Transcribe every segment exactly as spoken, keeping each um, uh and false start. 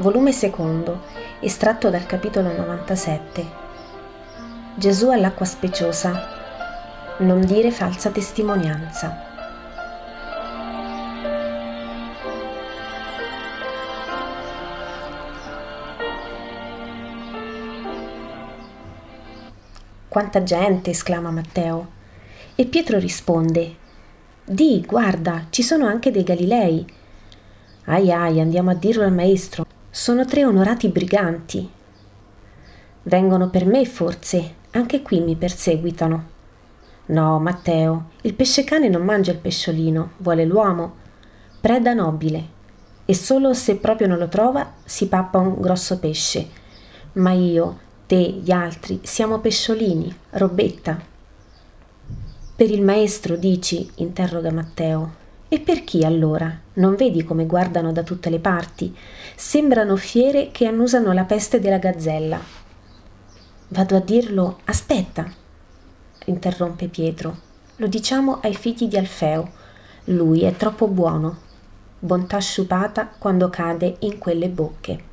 volume secondo, estratto dal capitolo novantasette. Gesù all'acqua speciosa. Non dire falsa testimonianza. Quanta gente, esclama Matteo. E Pietro risponde: Di, guarda, ci sono anche dei Galilei. Ai ai, andiamo a dirlo al maestro. Sono tre onorati briganti. Vengono per me, forse. Anche qui mi perseguitano. No, Matteo, il pescecane non mangia il pesciolino, vuole l'uomo. Preda nobile. E solo se proprio non lo trova, si pappa un grosso pesce. Ma io, te, gli altri, siamo pesciolini, robetta. Per il maestro, dici? Interroga Matteo. E per chi allora? Non vedi come guardano da tutte le parti? Sembrano fiere che annusano la peste della gazzella. Vado a dirlo. Aspetta, interrompe Pietro. Lo diciamo ai figli di Alfeo. Lui è troppo buono. Bontà sciupata quando cade in quelle bocche.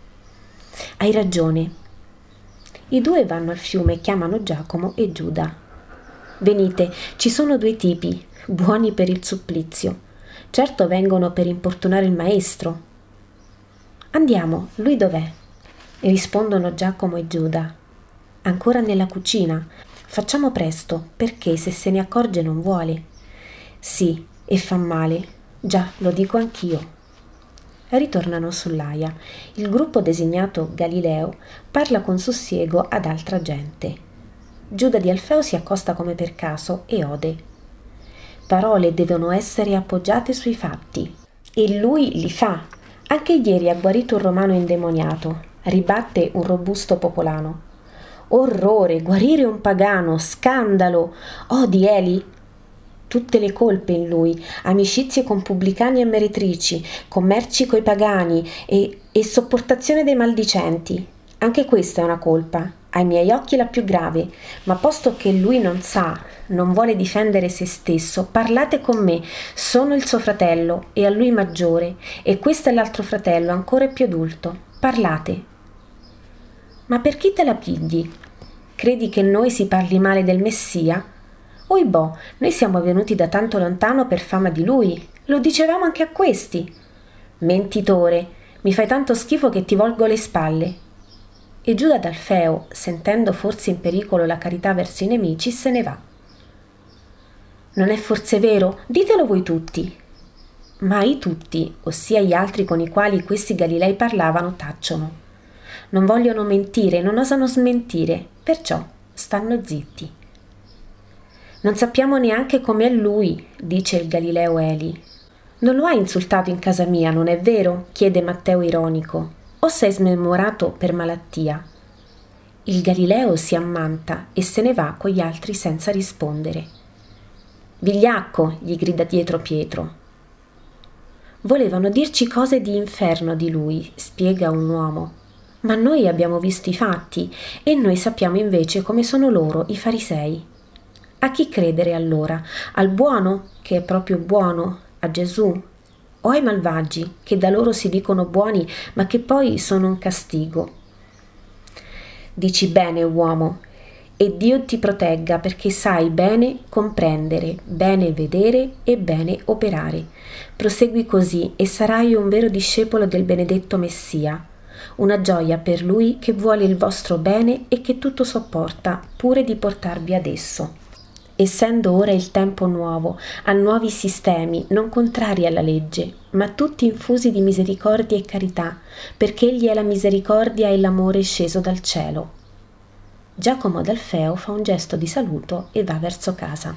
Hai ragione. I due vanno al fiume e chiamano Giacomo e Giuda. Venite, ci sono due tipi, buoni per il supplizio. Certo vengono per importunare il maestro. Andiamo, lui dov'è? Rispondono Giacomo e Giuda. Ancora nella cucina. Facciamo presto, perché se se ne accorge non vuole. Sì, e fa male. Già, lo dico anch'io. Ritornano sull'aia. Il gruppo designato Galileo parla con sussiego ad altra gente. Giuda di Alfeo si accosta come per caso e ode. Parole devono essere appoggiate sui fatti. E lui li fa. Anche ieri ha guarito un romano indemoniato. Ribatte un robusto popolano. Orrore, guarire un pagano, scandalo. Odi Eli? Tutte le colpe in lui, amicizie con pubblicani e meretrici, commerci coi pagani e, e sopportazione dei maldicenti. Anche questa è una colpa, ai miei occhi la più grave, ma posto che lui non sa, non vuole difendere se stesso, parlate con me, sono il suo fratello e a lui maggiore, e questo è l'altro fratello ancora più adulto, parlate. Ma per chi te la pigli? Credi che noi si parli male del Messia? Oibò, noi siamo venuti da tanto lontano per fama di lui, lo dicevamo anche a questi. Mentitore, mi fai tanto schifo che ti volgo le spalle. E Giuda d'Alfeo, sentendo forse in pericolo la carità verso i nemici, se ne va. Non è forse vero? Ditelo voi tutti. Ma i tutti, ossia gli altri con i quali questi Galilei parlavano, tacciono. Non vogliono mentire, non osano smentire, perciò stanno zitti. Non sappiamo neanche com'è lui, dice il Galileo Eli. Non lo hai insultato in casa mia, non è vero? Chiede Matteo ironico. O sei smemorato per malattia? Il Galileo si ammanta e se ne va con gli altri senza rispondere. Vigliacco, gli grida dietro Pietro. Volevano dirci cose di inferno di lui, spiega un uomo. Ma noi abbiamo visto i fatti e noi sappiamo invece come sono loro, i farisei. A chi credere allora? Al buono, che è proprio buono, a Gesù? O ai malvagi, che da loro si dicono buoni, ma che poi sono un castigo? Dici bene, uomo, e Dio ti protegga perché sai bene comprendere, bene vedere e bene operare. Prosegui così e sarai un vero discepolo del benedetto Messia. Una gioia per lui che vuole il vostro bene e che tutto sopporta, pure di portarvi ad esso. Essendo ora il tempo nuovo, a nuovi sistemi, non contrari alla legge, ma tutti infusi di misericordia e carità, perché egli è la misericordia e l'amore sceso dal cielo. Giacomo d'Alfeo fa un gesto di saluto e va verso casa.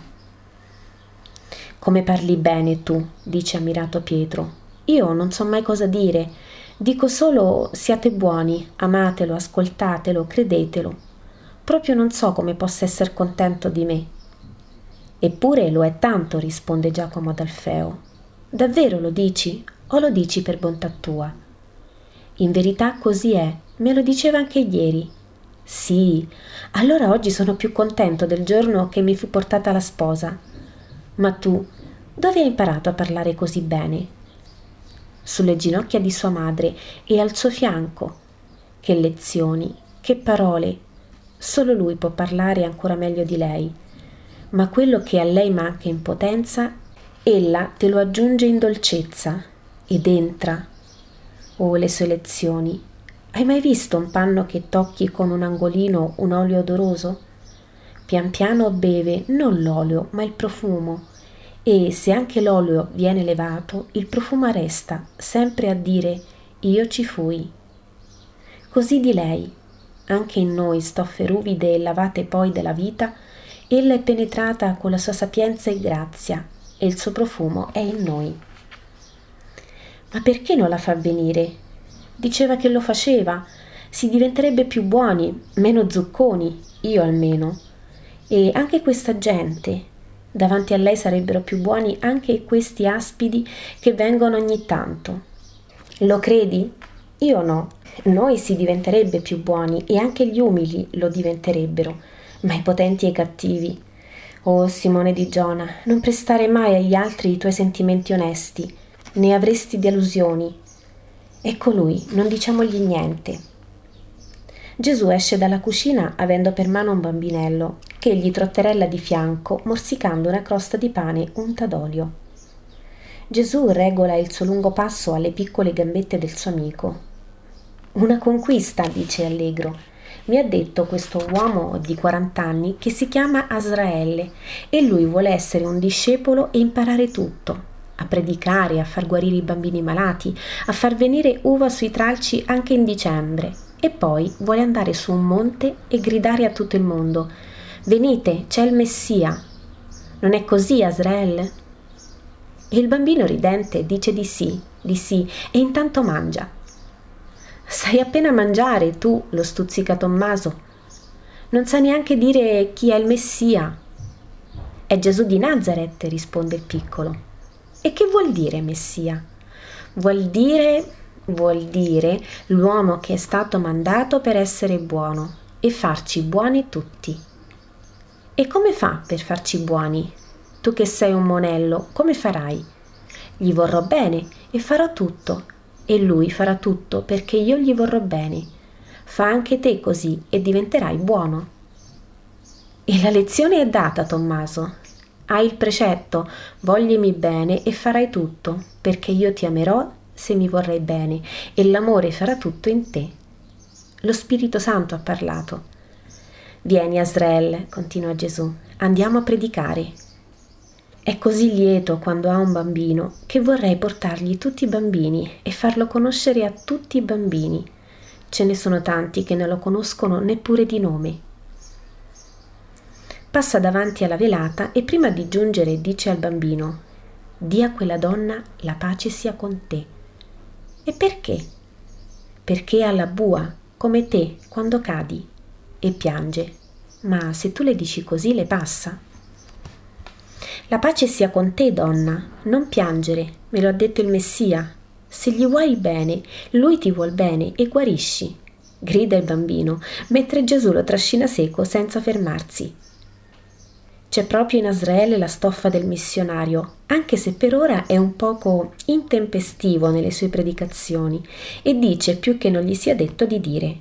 Come parli bene tu, dice ammirato Pietro. Io non so mai cosa dire, dico solo siate buoni, amatelo, ascoltatelo, credetelo. Proprio non so come possa essere contento di me. Eppure lo è tanto, risponde Giacomo d'Alfeo. Davvero lo dici? O lo dici per bontà tua? In verità così è, me lo diceva anche ieri. Sì, allora oggi sono più contento del giorno che mi fu portata la sposa. Ma tu, dove hai imparato a parlare così bene? sulle ginocchia di sua madre e al suo fianco. Che lezioni, che parole! Solo lui può parlare ancora meglio di lei. Ma quello che a lei manca in potenza, ella te lo aggiunge in dolcezza ed entra. Oh, le sue lezioni! Hai mai visto un panno che tocchi con un angolino un olio odoroso? Pian piano beve non l'olio, ma il profumo. E se anche l'olio viene levato, il profumo resta, sempre a dire io ci fui. Così di lei, anche in noi stoffe ruvide e lavate poi della vita, ella è penetrata con la sua sapienza e grazia, e il suo profumo è in noi. Ma perché non la fa venire? Diceva che lo faceva, si diventerebbe più buoni, meno zucconi, io almeno. E anche questa gente, davanti a lei sarebbero più buoni anche questi aspidi che vengono ogni tanto. Lo credi? Io no. Noi si diventerebbe più buoni e anche gli umili lo diventerebbero, ma i potenti e i cattivi. Oh Simone di Giona, non prestare mai agli altri i tuoi sentimenti onesti, ne avresti delusioni. Ecco lui, non diciamogli niente. Gesù esce dalla cucina avendo per mano un bambinello che gli trotterella di fianco morsicando una crosta di pane unta d'olio. Gesù regola il suo lungo passo alle piccole gambette del suo amico. Una conquista, dice allegro. Mi ha detto questo uomo di quarant'anni che si chiama Azraele e lui vuole essere un discepolo e imparare tutto, a predicare, a far guarire i bambini malati, a far venire uva sui tralci anche in dicembre. E poi vuole andare su un monte e gridare a tutto il mondo: venite, c'è il Messia. Non è così, Azraele? E il bambino ridente dice di sì, di sì, e intanto mangia. Sai appena mangiare tu, lo stuzzica Tommaso. Non sa neanche dire chi è il Messia. È Gesù di Nazaret, risponde il piccolo. E che vuol dire Messia? Vuol dire... Vuol dire l'uomo che è stato mandato per essere buono e farci buoni tutti. E come fa per farci buoni? Tu che sei un monello, come farai? Gli vorrò bene e farò tutto, e lui farà tutto perché io gli vorrò bene. Fa anche te così e diventerai buono. E la lezione è data, Tommaso. Hai il precetto, voglimi bene e farai tutto, perché io ti amerò se mi vorrai bene, e l'amore farà tutto in te. Lo Spirito Santo ha parlato. Vieni, Azrael, continua Gesù, andiamo a predicare. È così lieto quando ha un bambino che vorrei portargli tutti i bambini e farlo conoscere a tutti i bambini. Ce ne sono tanti che non lo conoscono neppure di nome. Passa davanti alla velata e prima di giungere dice al bambino: di a quella donna la pace sia con te. E perché? Perché ha la bua, come te, quando cadi, e piange. Ma se tu le dici così, le passa. La pace sia con te, donna, non piangere, me lo ha detto il Messia. Se gli vuoi bene, lui ti vuol bene e guarisci, grida il bambino, mentre Gesù lo trascina seco senza fermarsi. C'è proprio in Azraele la stoffa del missionario, anche se per ora è un poco intempestivo nelle sue predicazioni e dice più che non gli sia detto di dire.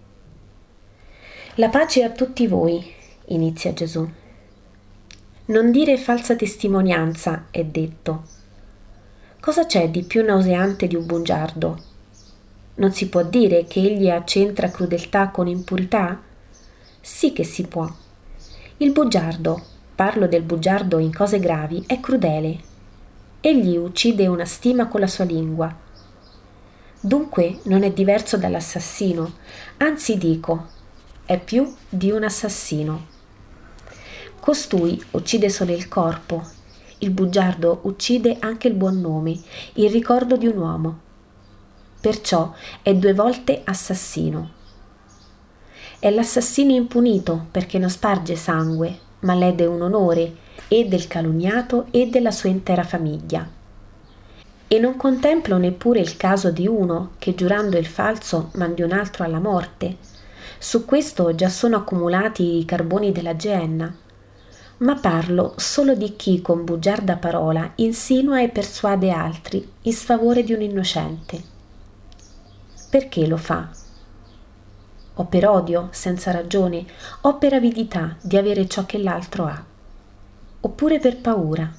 La pace a tutti voi, inizia Gesù. Non dire falsa testimonianza, è detto. Cosa c'è di più nauseante di un bugiardo? Non si può dire che egli accentra crudeltà con impurità? Sì che si può. Il bugiardo, parlo del bugiardo in cose gravi, è crudele. Egli uccide una stima con la sua lingua. Dunque non è diverso dall'assassino, anzi dico, è più di un assassino. Costui uccide solo il corpo, il bugiardo uccide anche il buon nome, il ricordo di un uomo. Perciò è due volte assassino. È l'assassino impunito perché non sparge sangue, ma lede un onore e del calunniato e della sua intera famiglia. E non contemplo neppure il caso di uno che giurando il falso mandi un altro alla morte. Su questo già sono accumulati i carboni della Geenna. ma parlo solo di chi con bugiarda parola insinua e persuade altri in sfavore di un innocente. Perché lo fa? O per odio, senza ragione, o per avidità di avere ciò che l'altro ha, oppure per paura.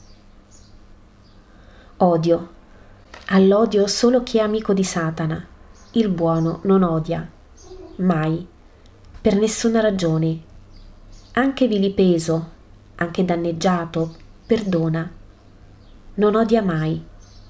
Odio. All'odio solo chi è amico di Satana. Il buono non odia, mai, per nessuna ragione. Anche vilipeso, anche danneggiato, perdona. Non odia mai.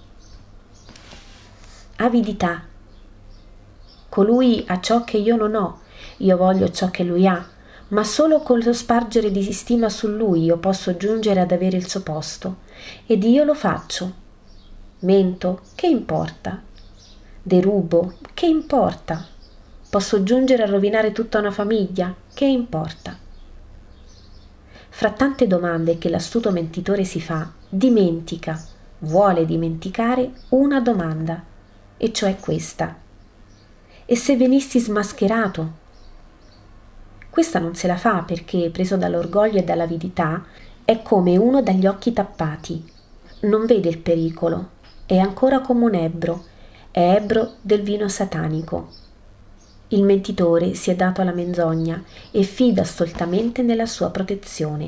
Avidità. Colui ha ciò che io non ho, io voglio ciò che lui ha, ma solo con lo spargere di stima su lui io posso giungere ad avere il suo posto, ed io lo faccio. Mento, che importa? Derubo, che importa? Posso giungere a rovinare tutta una famiglia, che importa? Fra tante domande che l'astuto mentitore si fa, dimentica, vuole dimenticare una domanda, e cioè questa: e se venissi smascherato? Questa non se la fa perché, preso dall'orgoglio e dall'avidità, è come uno dagli occhi tappati. Non vede il pericolo, è ancora come un ebbro, è ebbro del vino satanico. Il mentitore si è dato alla menzogna e fida stoltamente nella sua protezione.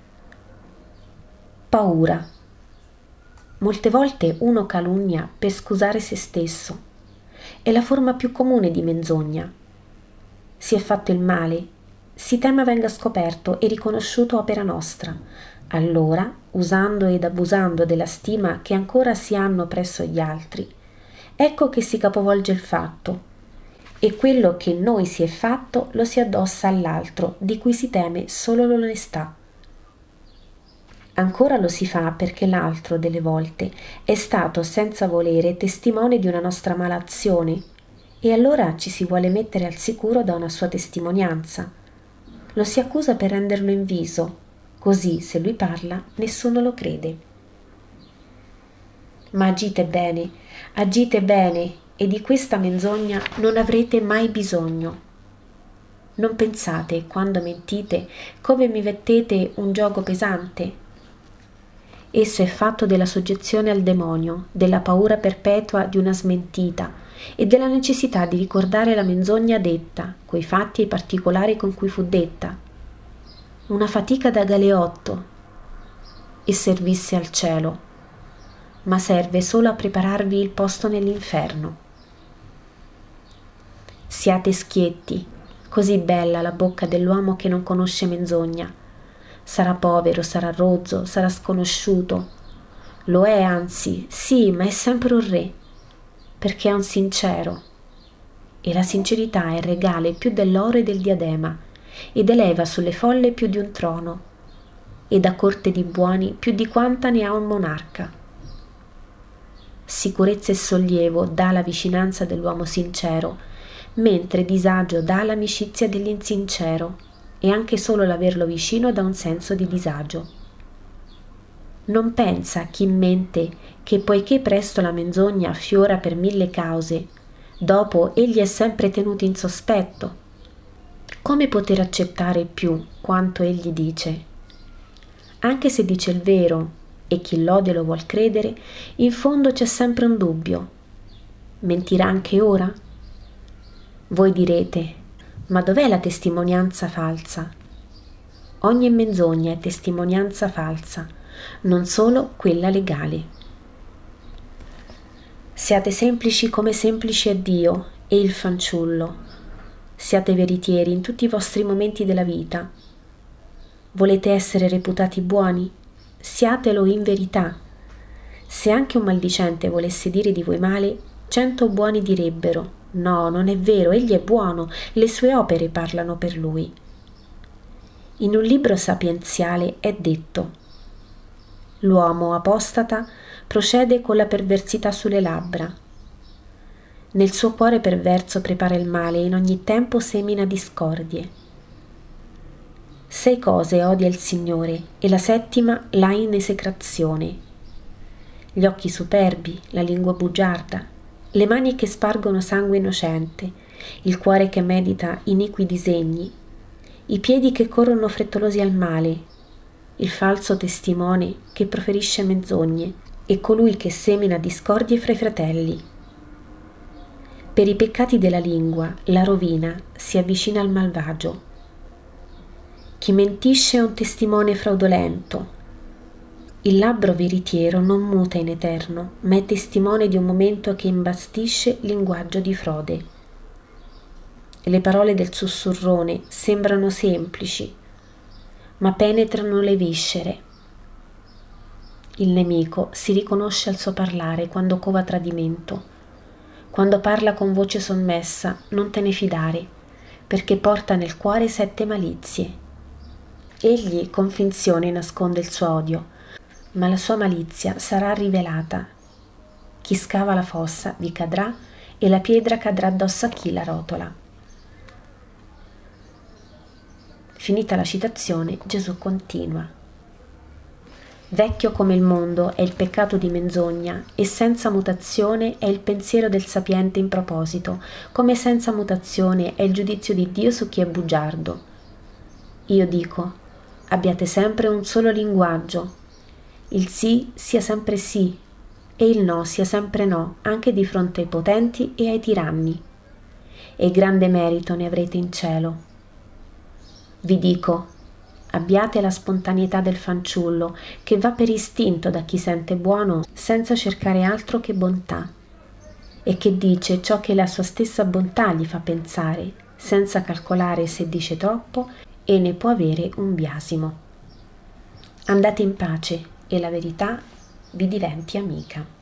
Paura. Molte volte uno calunnia per scusare se stesso. È la forma più comune di menzogna. Si è fatto il male, si teme venga scoperto e riconosciuto opera nostra. Allora, usando ed abusando della stima che ancora si hanno presso gli altri, ecco che si capovolge il fatto, e quello che noi si è fatto lo si addossa all'altro, di cui si teme solo l'onestà. Ancora lo si fa perché l'altro, delle volte, è stato senza volere testimone di una nostra mala azione, e allora ci si vuole mettere al sicuro da una sua testimonianza. Lo si accusa per renderlo inviso, così se lui parla nessuno lo crede. Ma agite bene, agite bene, e di questa menzogna non avrete mai bisogno. Non pensate, quando mentite, come mi mettete un giogo pesante? Esso è fatto della soggezione al demonio, della paura perpetua di una smentita e della necessità di ricordare la menzogna detta, coi fatti e i particolari con cui fu detta. Una fatica da galeotto, e servisse al cielo, ma serve solo a prepararvi il posto nell'inferno. Siate schietti, così bella la bocca dell'uomo che non conosce menzogna. Sarà povero, sarà rozzo, sarà sconosciuto. Lo è anzi, sì, ma è sempre un re, perché è un sincero. E la sincerità è regale più dell'oro e del diadema, ed eleva sulle folle più di un trono, e dà corte di buoni più di quanta ne ha un monarca. Sicurezza e sollievo dà la vicinanza dell'uomo sincero, mentre disagio dà l'amicizia dell'insincero, e anche solo l'averlo vicino dà un senso di disagio. Non pensa chi mente che poiché presto la menzogna affiora per mille cause, dopo egli è sempre tenuto in sospetto. Come poter accettare più quanto egli dice? Anche se dice il vero, e chi lode lo vuol credere, in fondo c'è sempre un dubbio. Mentirà anche ora? Voi direte: ma dov'è la testimonianza falsa? Ogni menzogna è testimonianza falsa, non solo quella legale. Siate semplici come semplici è Dio e il fanciullo. Siate veritieri in tutti i vostri momenti della vita. Volete essere reputati buoni? Siatelo in verità. Se anche un maldicente volesse dire di voi male, cento buoni direbbero: no, non è vero, egli è buono, le sue opere parlano per lui. In un libro sapienziale è detto: l'uomo apostata procede con la perversità sulle labbra. Nel suo cuore perverso prepara il male e in ogni tempo semina discordie. Sei cose odia il Signore e la settima l'ha in esecrazione: gli occhi superbi, la lingua bugiarda, le mani che spargono sangue innocente, il cuore che medita iniqui disegni, i piedi che corrono frettolosi al male, il falso testimone che proferisce menzogne e colui che semina discordie fra i fratelli. Per i peccati della lingua la rovina si avvicina al malvagio. Chi mentisce è un testimone fraudolento. Il labbro veritiero non muta in eterno, ma è testimone di un momento che imbastisce linguaggio di frode. Le parole del sussurrone sembrano semplici, ma penetrano le viscere. Il nemico si riconosce al suo parlare quando cova tradimento. Quando parla con voce sommessa, non te ne fidare, perché porta nel cuore sette malizie. Egli con finzione nasconde il suo odio, ma la sua malizia sarà rivelata. Chi scava la fossa vi cadrà e la pietra cadrà addosso a chi la rotola. Finita la citazione, Gesù continua. Vecchio come il mondo è il peccato di menzogna e senza mutazione è il pensiero del sapiente in proposito, come senza mutazione è il giudizio di Dio su chi è bugiardo. Io dico, abbiate sempre un solo linguaggio. Il sì sia sempre sì e il no sia sempre no, anche di fronte ai potenti e ai tiranni. E grande merito ne avrete in cielo. Vi dico, abbiate la spontaneità del fanciullo che va per istinto da chi sente buono senza cercare altro che bontà e che dice ciò che la sua stessa bontà gli fa pensare, senza calcolare se dice troppo e ne può avere un biasimo. Andate in pace e la verità vi diventi amica.